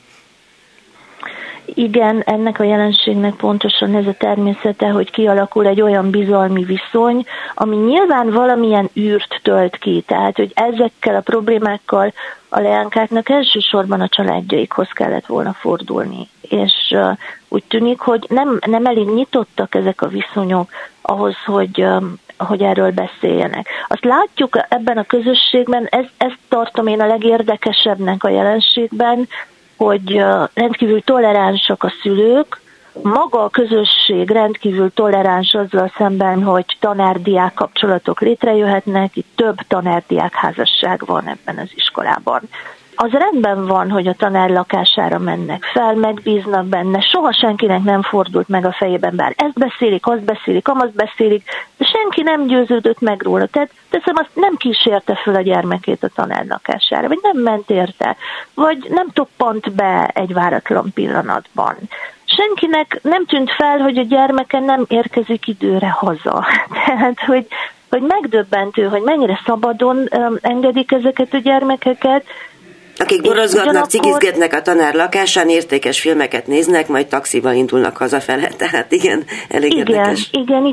Igen, ennek a jelenségnek pontosan ez a természete, hogy kialakul egy olyan bizalmi viszony, ami nyilván valamilyen űrt tölt ki, tehát hogy ezekkel a problémákkal a leánkáknak elsősorban a családjaikhoz kellett volna fordulni. És úgy tűnik, hogy nem elég nyitottak ezek a viszonyok ahhoz, hogy erről beszéljenek. Azt látjuk ebben a közösségben, ezt tartom én a legérdekesebbnek a jelenségben, hogy rendkívül toleránsak a szülők, maga a közösség rendkívül toleráns azzal szemben, hogy tanár-diák kapcsolatok létrejöhetnek, itt több tanár-diák házasság van ebben az iskolában. Az rendben van, hogy a tanár lakására mennek fel, megbíznak benne, soha senkinek nem fordult meg a fejében, bár ezt beszélik, azt beszélik, amazt beszélik, de senki nem győződött meg róla. Tehát teszem, azt nem kísérte föl a gyermekét a tanár lakására, vagy nem ment érte, vagy nem toppant be egy váratlan pillanatban. Senkinek nem tűnt fel, hogy a gyermeke nem érkezik időre haza. Tehát, hogy megdöbbentő, hogy mennyire szabadon engedik ezeket a gyermekeket, Akik borozgatnak, cigizgetnek a tanár lakásán, értékes filmeket néznek, majd taxival indulnak hazafele, tehát igen, elég érdekes.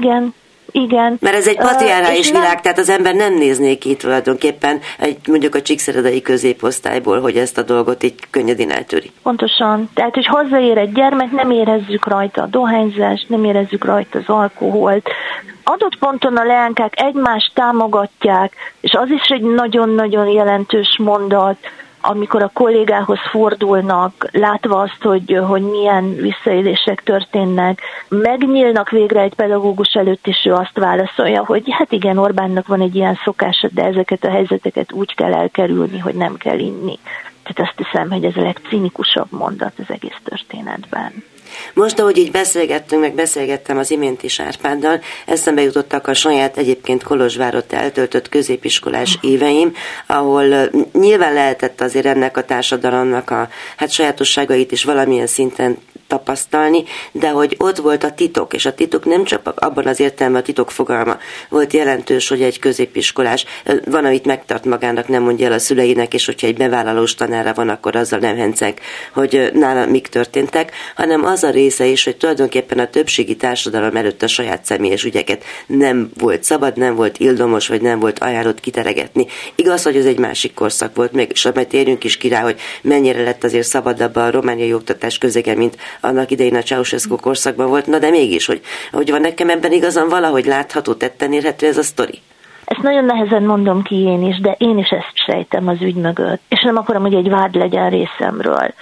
Igen. Mert ez egy patriarchális világ, tehát az ember nem nézné ki tulajdonképpen mondjuk a csíkszeredai középosztályból, hogy ezt a dolgot így könnyedén eltöri. Pontosan. Tehát, hogy hozzáér egy gyermek, nem érezzük rajta a dohányzást, nem érezzük rajta az alkoholt. Adott ponton a leánkák egymást támogatják, és az is egy nagyon-nagyon jelentős mondat, amikor a kollégához fordulnak, látva azt, hogy milyen visszaélések történnek, megnyílnak végre egy pedagógus előtt, és ő azt válaszolja, hogy hát igen, Orbánnak van egy ilyen szokása, de ezeket a helyzeteket úgy kell elkerülni, hogy nem kell inni. Tehát azt hiszem, hogy ez a legcinikusabb mondat az egész történetben. Most, ahogy így beszélgettem az imént is Árpáddal, eszembe jutottak a saját egyébként Kolozsvárott eltöltött középiskolás éveim, ahol nyilván lehetett azért ennek a társadalomnak a sajátosságait is valamilyen szinten tapasztalni, de hogy ott volt a titok, és a titok nem csak abban az értelemben a titok fogalma volt jelentős, hogy egy középiskolás van, amit megtart magának, nem mondja el a szüleinek, és hogyha egy bevállalós tanára van, akkor azzal nem henceg, hogy nála mik történtek, hanem az a része is, hogy tulajdonképpen a többségi társadalom előtt a saját személyes ügyeket nem volt szabad, nem volt ildomos, vagy nem volt ajánlott kiteregetni. Igaz, hogy ez egy másik korszak volt, és majd térjünk is ki rá, hogy mennyire lett azért szabadabb a romániai oktatás közege, mint annak idején a Ceausescu korszakban volt, na de mégis, hogy van nekem ebben igazán valahogy látható, tetten érhető ez a sztori? Ezt nagyon nehezen mondom ki én is, de én is ezt sejtem az ügy mögött. És nem akarom, hogy egy vád legyen részemről.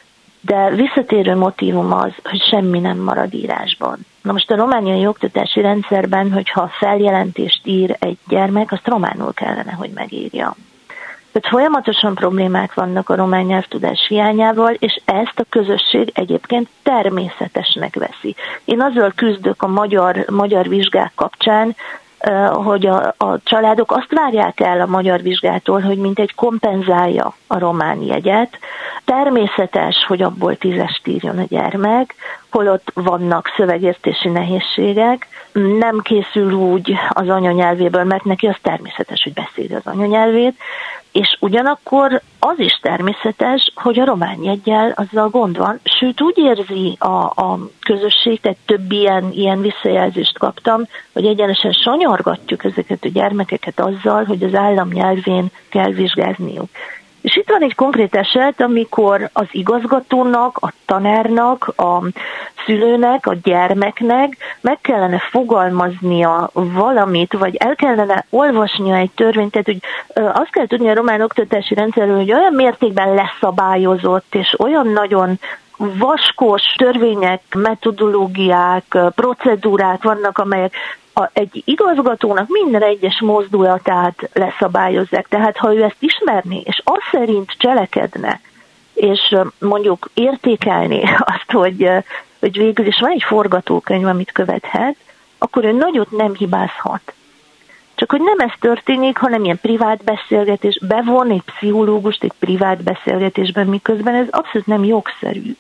De visszatérő motívum az, hogy semmi nem marad írásban. Na most a romániai oktatási rendszerben, hogyha feljelentést ír egy gyermek, azt románul kellene, hogy megírja. Tehát folyamatosan problémák vannak a román nyelvtudás hiányával, és ezt a közösség egyébként természetesnek veszi. Én azzal küzdök a magyar vizsgák kapcsán, hogy a családok azt várják el a magyar vizsgától, hogy mintegy kompenzálja a román jegyet. Természetes, hogy abból 10-est írjon a gyermek, holott vannak szövegértési nehézségek, nem készül úgy az anyanyelvéből, mert neki az természetes, hogy beszéli az anyanyelvét, és ugyanakkor az is természetes, hogy a román jeggyel azzal gond van, sőt úgy érzi a közösség, tehát több ilyen visszajelzést kaptam, hogy egyenesen sanyargatjuk ezeket a gyermekeket azzal, hogy az államnyelvén kell vizsgázniuk. És itt van egy konkrét eset, amikor az igazgatónak, a tanárnak, a szülőnek, a gyermeknek meg kellene fogalmaznia valamit, vagy el kellene olvasnia egy törvényt, tehát hogy azt kell tudni a román oktatási rendszerről, hogy olyan mértékben leszabályozott, és olyan nagyon vaskos törvények, metodológiák, procedúrák vannak, amelyek egy igazgatónak minden egyes mozdulatát leszabályozzák. Tehát ha ő ezt ismerné, és az szerint cselekedne, és mondjuk értékelni azt, hogy végül is van egy forgatókönyv, amit követhet, akkor ő nagyot nem hibázhat. Csak hogy nem ez történik, hanem ilyen privát beszélgetés, bevon egy pszichológust egy privát beszélgetésben, miközben ez abszolút nem jogszerű.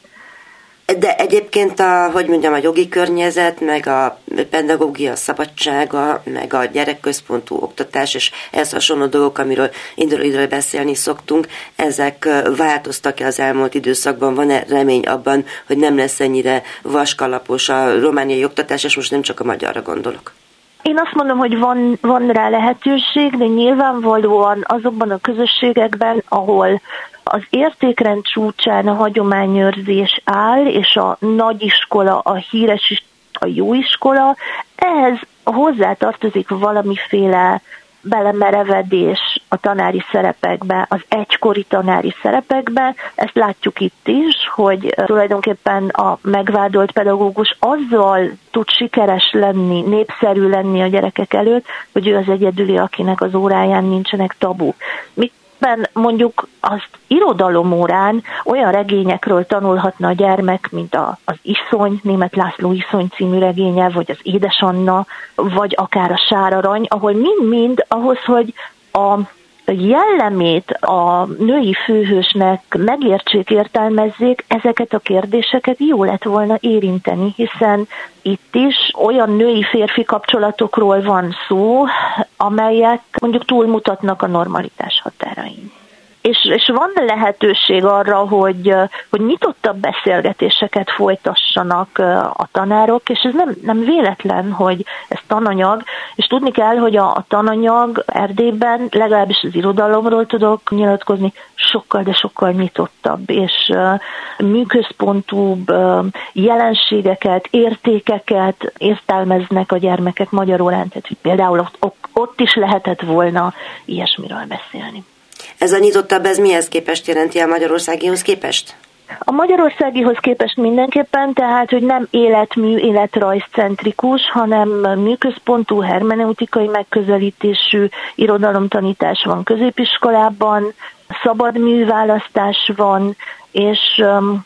De egyébként a jogi környezet, meg a pedagógia szabadsága, meg a gyerekközpontú oktatás, és ez hasonló dolgok, amiről időről beszélni szoktunk, ezek változtak-e az elmúlt időszakban? Van-e remény abban, hogy nem lesz ennyire vaskalapos a romániai oktatás, és most nem csak a magyarra gondolok? Én azt mondom, hogy van rá lehetőség, de nyilvánvalóan azokban a közösségekben, ahol az értékrend csúcsán a hagyományőrzés áll, és a nagyiskola, a híres iskola, a jó iskola, ehhez hozzátartozik valamiféle belemerevedés a tanári szerepekbe, az egykori tanári szerepekbe. Ezt látjuk itt is, hogy tulajdonképpen a megvádolt pedagógus azzal tud sikeres lenni, népszerű lenni a gyerekek előtt, hogy ő az egyedüli, akinek az óráján nincsenek tabuk. Mondjuk azt irodalomórán olyan regényekről tanulhatna a gyermek, mint az Iszony, Németh László Iszony című regénye, vagy az Édesanna, vagy akár a Sárarany, ahol mind-mind ahhoz, hogy a jellemét a női főhősnek megértsék, értelmezzék, ezeket a kérdéseket jó lett volna érinteni, hiszen itt is olyan női-férfi kapcsolatokról van szó, amelyek mondjuk túlmutatnak a normalitás határain. és van lehetőség arra, hogy nyitottabb beszélgetéseket folytassanak a tanárok, és ez nem véletlen, hogy ez tananyag, és tudni kell, hogy a tananyag Erdélyben, legalábbis az irodalomról tudok nyilatkozni, sokkal, de sokkal nyitottabb, és műközpontúbb jelenségeket, értékeket értelmeznek a gyermekek magyarórán, tehát például ott is lehetett volna ilyesmiről beszélni. Ez a nyitottabb, ez mihez képest jelenti a magyarországihoz képest? A magyarországihoz képest mindenképpen, tehát, hogy nem életmű, életrajzcentrikus, hanem műközpontú, hermeneutikai megközelítésű irodalomtanítás van középiskolában, szabad műválasztás van, és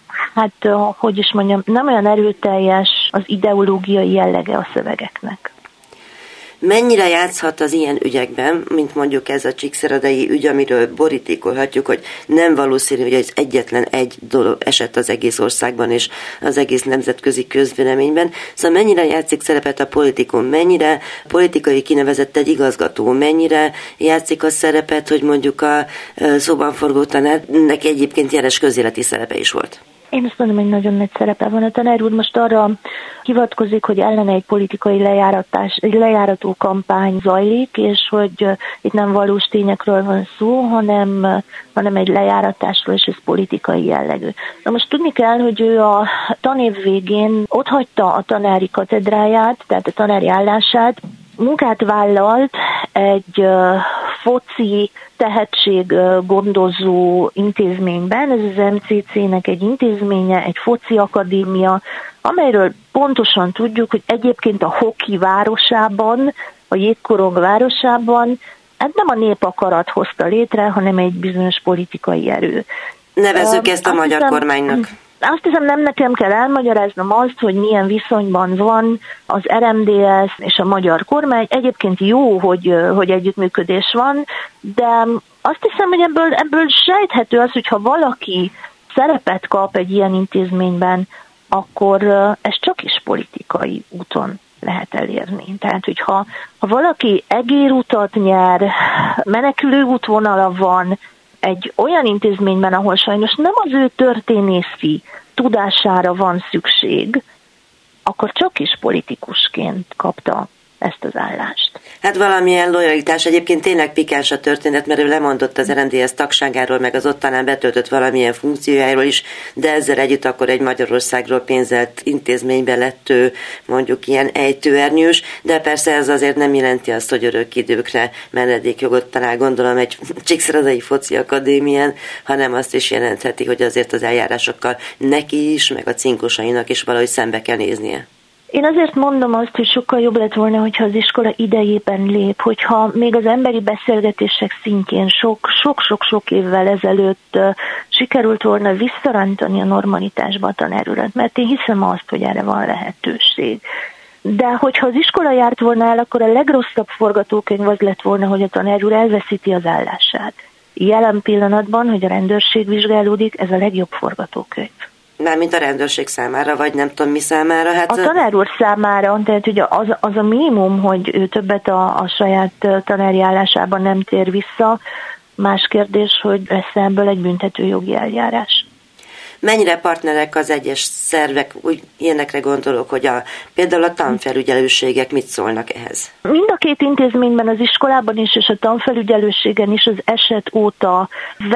nem olyan erőteljes az ideológiai jellege a szövegeknek. Mennyire játszhat az ilyen ügyekben, mint mondjuk ez a csíkszeredai ügy, amiről borítékolhatjuk, hogy nem valószínű, hogy ez egyetlen egy dolog esett az egész országban és az egész nemzetközi közvéleményben. Szóval mennyire játszik szerepet a politikum, mennyire politikai kinevezett egy igazgató, mennyire játszik a szerepet, hogy mondjuk a szóban forgó tanárnak egyébként jeles közéleti szerepe is volt. Én azt mondom, hogy nagyon nagy szerepe van. A tanár úr most arra hivatkozik, hogy ellene egy politikai lejárató kampány zajlik, és hogy itt nem valós tényekről van szó, hanem egy lejáratásról, és ez politikai jellegű. Na most tudni kell, hogy ő a tanév végén otthagyta a tanári katedráját, tehát a tanári állását, munkát vállalt egy foci tehetséggondozó intézményben, ez az MCC-nek egy intézménye, egy foci akadémia, amelyről pontosan tudjuk, hogy egyébként a hoki városában, a jégkorong városában, ez nem a népakarat hozta létre, hanem egy bizonyos politikai erő. Nevezzük ezt a magyar kormánynak. Azt hiszem, nem nekem kell elmagyaráznom azt, hogy milyen viszonyban van az RMDSZ és a magyar kormány. Egyébként jó, hogy együttműködés van, de azt hiszem, hogy ebből sejthető az, hogyha valaki szerepet kap egy ilyen intézményben, akkor ez csak is politikai úton lehet elérni. Tehát, hogyha valaki egérutat nyer, menekülő útvonala van, egy olyan intézményben, ahol sajnos nem az ő történészi tudására van szükség, akkor csak is politikusként kapta ezt az állást. Hát valamilyen lojalitás. Egyébként tényleg pikáns a történet, mert ő lemondott az RMDSZ tagságáról, meg az ott talán betöltött valamilyen funkciójáról is, de ezzel együtt akkor egy Magyarországról pénzelt intézményben lett ő mondjuk ilyen ejtőernyős, de persze ez azért nem jelenti azt, hogy örök időkre menedékjogot talál, gondolom, egy csíkszeredai foci akadémián, hanem azt is jelentheti, hogy azért az eljárásokkal neki is, meg a cinkosainak is valahogy szembe kell néznie. Én azért mondom azt, hogy sokkal jobb lett volna, hogyha az iskola idejében lép, hogyha még az emberi beszélgetések szintjén sok-sok évvel ezelőtt sikerült volna visszarántani a normalitásba a tanárurat, mert én hiszem azt, hogy erre van lehetőség. De hogyha az iskola járt volna el, akkor a legrosszabb forgatókönyv az lett volna, hogy a tanár úr elveszíti az állását. Jelen pillanatban, hogy a rendőrség vizsgálódik, ez a legjobb forgatókönyv. Mármint a rendőrség számára, vagy nem tudom mi számára? Hát... A tanár úr számára, tehát ugye az a minimum, hogy ő többet a saját tanári állásában nem tér vissza. Más kérdés, hogy lesz ebből egy büntetőjogi eljárás. Mennyire partnerek az egyes szervek, úgy ilyenekre gondolok, hogy például a tanfelügyelőségek mit szólnak ehhez? Mind a két intézményben, az iskolában is és a tanfelügyelőségen is az eset óta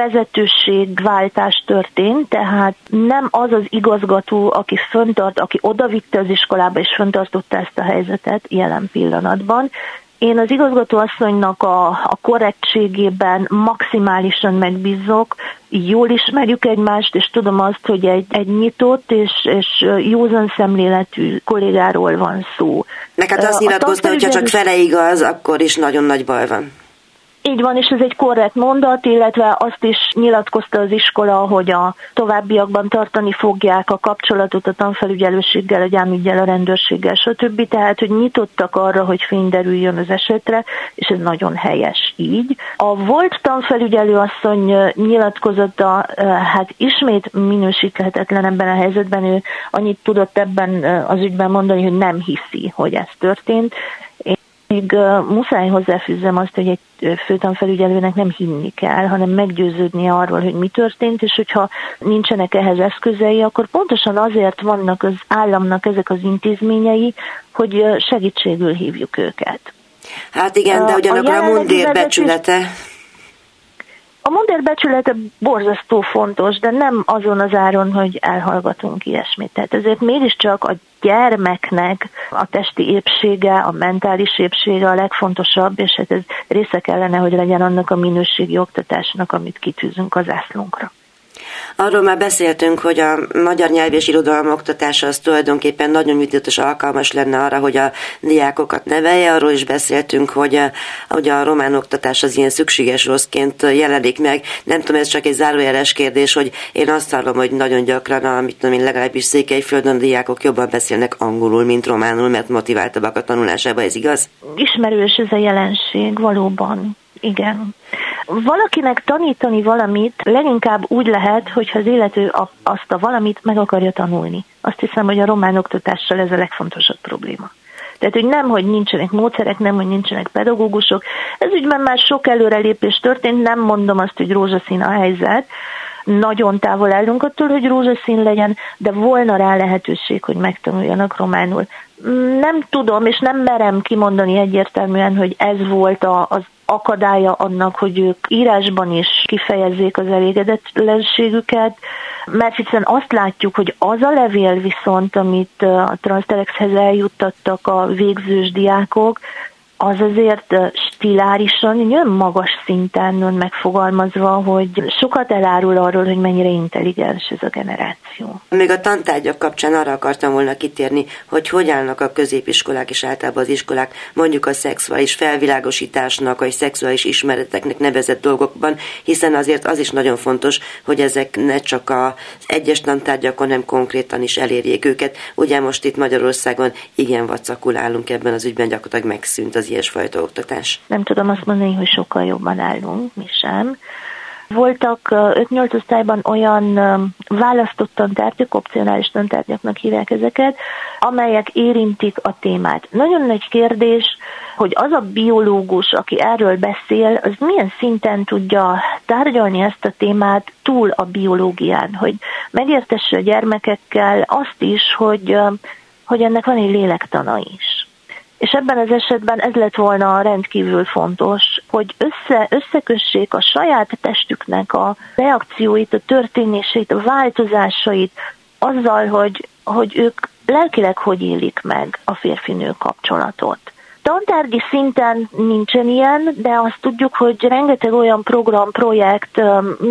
vezetőségváltás történt, tehát nem az az igazgató, aki odavitte az iskolába és fenntartotta ezt a helyzetet jelen pillanatban. Én az igazgatóasszonynak a korrektségében maximálisan megbízok, jól ismerjük egymást, és tudom azt, hogy egy nyitott és józan szemléletű kollégáról van szó. Meg hát azt nyilatkozta, hogyha csak fele igaz, akkor is nagyon nagy baj van. Így van, és ez egy korrekt mondat, illetve azt is nyilatkozta az iskola, hogy a továbbiakban tartani fogják a kapcsolatot a tanfelügyelőséggel, a gyámüggyel, a rendőrséggel, stb. Tehát, hogy nyitottak arra, hogy fény derüljön az esetre, és ez nagyon helyes így. A volt tanfelügyelő asszony nyilatkozata, hát ismét minősíthetetlen ebben a helyzetben, ő annyit tudott ebben az ügyben mondani, hogy nem hiszi, hogy ez történt. Még muszáj hozzáfűzzem azt, hogy egy főtanfelügyelőnek nem hinni kell, hanem meggyőződnie arról, hogy mi történt, és hogyha nincsenek ehhez eszközei, akkor pontosan azért vannak az államnak ezek az intézményei, hogy segítségül hívjuk őket. Hát igen, de ugyanakkor a mundér becsülete... A mundér becsülete borzasztó fontos, de nem azon az áron, hogy elhallgatunk ilyesmit. Tehát ezért mégiscsak a gyermeknek a testi épsége, a mentális épsége a legfontosabb, és hát ez része kellene, hogy legyen annak a minőségi oktatásnak, amit kitűzünk az zászlónkra. Arról már beszéltünk, hogy a magyar nyelv és irodalom oktatása az tulajdonképpen nagyon műtétes alkalmas lenne arra, hogy a diákokat nevelje. Arról is beszéltünk, hogy a román oktatás az ilyen szükséges rosszként jelenik meg. Nem tudom, ez csak egy zárójeles kérdés, hogy én azt hallom, hogy nagyon gyakran, legalábbis Székelyföldön a diákok jobban beszélnek angolul, mint románul, mert motiváltabbak a tanulásába, ez igaz? Ismerős ez a jelenség, valóban. Igen. Valakinek tanítani valamit leginkább úgy lehet, hogyha az illető azt a valamit meg akarja tanulni. Azt hiszem, hogy a román oktatással ez a legfontosabb probléma. Tehát, hogy nem, hogy nincsenek módszerek, nem, hogy nincsenek pedagógusok. Ez ügyben már sok előrelépés történt, nem mondom azt, hogy rózsaszín a helyzet. Nagyon távol állunk attól, hogy rózsaszín legyen, de volna rá lehetőség, hogy megtanuljanak románul. Nem tudom, és nem merem kimondani egyértelműen, hogy ez volt az akadálya annak, hogy ők írásban is kifejezzék az elégedetlenségüket, mert hiszen azt látjuk, hogy az a levél viszont, amit a Transtelexhez eljuttattak a végzős diákok, az azért stilárisan, nagyon magas szinten megfogalmazva, hogy sokat elárul arról, hogy mennyire intelligens ez a generáció. Még a tantárgyak kapcsán arra akartam volna kitérni, hogy állnak a középiskolák és általában az iskolák mondjuk a szexuális felvilágosításnak, vagy szexuális ismereteknek nevezett dolgokban, hiszen azért az is nagyon fontos, hogy ezek ne csak az egyes tantárgyakon, hanem konkrétan is elérjék őket. Ugye most itt Magyarországon igen vacakul állunk ebben az ügyben, gyakorlatilag megszűnt az ilyesfajta oktatás. Nem tudom azt mondani, hogy sokkal jobban állunk, mi sem. Voltak 5-8 osztályban olyan választott tantárgyak, opcionális tantárgyaknak hívják ezeket, amelyek érintik a témát. Nagyon nagy kérdés, hogy az a biológus, aki erről beszél, az milyen szinten tudja tárgyalni ezt a témát túl a biológián, hogy megértesse a gyermekekkel azt is, hogy ennek van egy lélektana is. És ebben az esetben ez lett volna rendkívül fontos, hogy összekössék a saját testüknek a reakcióit, a történéseit, a változásait azzal, hogy ők lelkileg hogy élik meg a férfi-nő kapcsolatot. Tantárgyi szinten nincsen ilyen, de azt tudjuk, hogy rengeteg olyan program, projekt,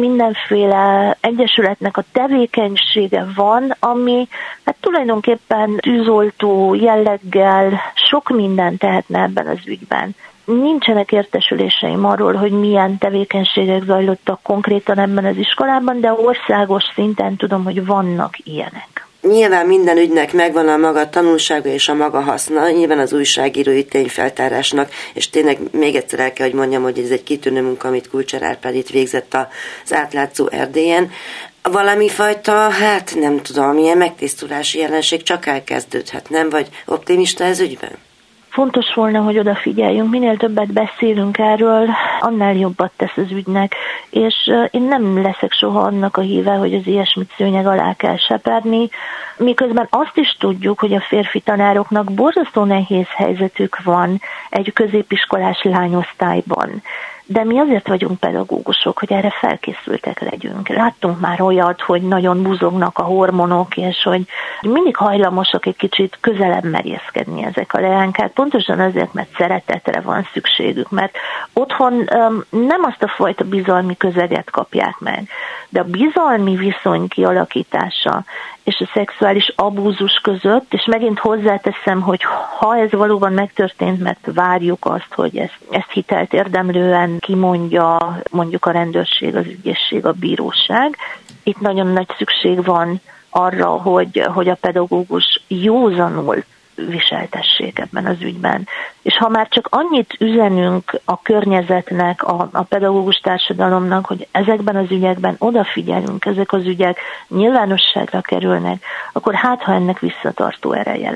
mindenféle egyesületnek a tevékenysége van, ami hát tulajdonképpen tűzoltó jelleggel sok mindent tehetne ebben az ügyben. Nincsenek értesüléseim arról, hogy milyen tevékenységek zajlottak konkrétan ebben az iskolában, de országos szinten tudom, hogy vannak ilyenek. Nyilván minden ügynek megvan a maga tanulsága és a maga haszna, nyilván az újságírói tényfeltárásnak, és tényleg még egyszer el kell, hogy mondjam, hogy ez egy kitűnő munka, amit Kulcsár Árpád itt végzett az átlátszó Erdélyen. Valami fajta, hát nem tudom, ilyen megtisztulási jelenség csak elkezdődhet, nem? Vagy optimista ez ügyben? Fontos volna, hogy odafigyeljünk, minél többet beszélünk erről, annál jobbat tesz az ügynek, és én nem leszek soha annak a híve, hogy az ilyesmit szőnyeg alá kell seperni, miközben azt is tudjuk, hogy a férfi tanároknak borzasztó nehéz helyzetük van egy középiskolás lányosztályban. De mi azért vagyunk pedagógusok, hogy erre felkészültek legyünk. Láttunk már olyat, hogy nagyon buzognak a hormonok, és hogy mindig hajlamosak egy kicsit közelebb merészkedni ezek a leánkák, pontosan azért, mert szeretetre van szükségük, mert otthon nem azt a fajta bizalmi közeget kapják meg, de a bizalmi viszony kialakítása és a szexuális abúzus között, és megint hozzáteszem, hogy ha ez valóban megtörtént, mert várjuk azt, hogy ezt hitelt érdemlően kimondja mondjuk a rendőrség, az ügyészség, a bíróság. Itt nagyon nagy szükség van arra, hogy a pedagógus józanul viseltessék ebben az ügyben. És ha már csak annyit üzenünk a környezetnek, a pedagógus társadalomnak, hogy ezekben az ügyekben odafigyelünk, ezek az ügyek nyilvánosságra kerülnek, akkor hát, ha ennek visszatartó ereje lesz.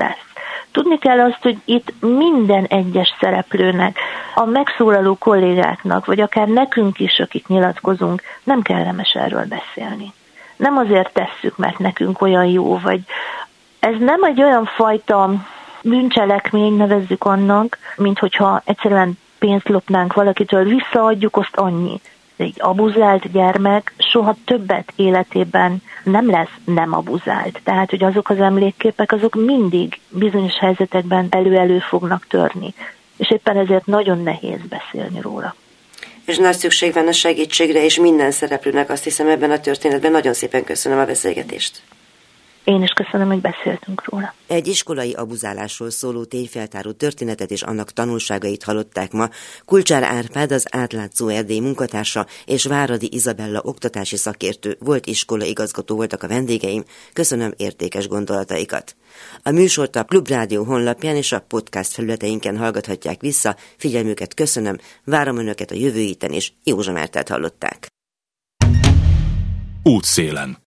Tudni kell azt, hogy itt minden egyes szereplőnek, a megszólaló kollégáknak, vagy akár nekünk is, akik nyilatkozunk, nem kellemes erről beszélni. Nem azért tesszük, mert nekünk olyan jó, vagy ez nem egy olyan fajta bűncselekmény, nevezzük annak, mint hogyha egyszerűen pénzt lopnánk valakitől, visszaadjuk, azt annyi. Egy abuzált gyermek soha többet életében nem lesz nem abuzált. Tehát, hogy azok az emlékképek, azok mindig bizonyos helyzetekben elő fognak törni. És éppen ezért nagyon nehéz beszélni róla. És nagy szükség van a segítségre, és minden szereplőnek, azt hiszem, ebben a történetben. Nagyon szépen köszönöm a beszélgetést. Én is köszönöm, hogy beszéltünk róla. Egy iskolai abuzálásról szóló tényfeltáró történetet és annak tanulságait hallották ma. Kulcsár Árpád, az Átlátszó Erdély munkatársa, és Váradi Izabella oktatási szakértő, volt iskolaigazgató voltak a vendégeim. Köszönöm értékes gondolataikat. A műsort a Klubrádió honlapján és a podcast felületeinken hallgathatják vissza. Figyelmüket köszönöm, várom önöket a jövő héten, és Józsa Mártát hallották. Útszélen.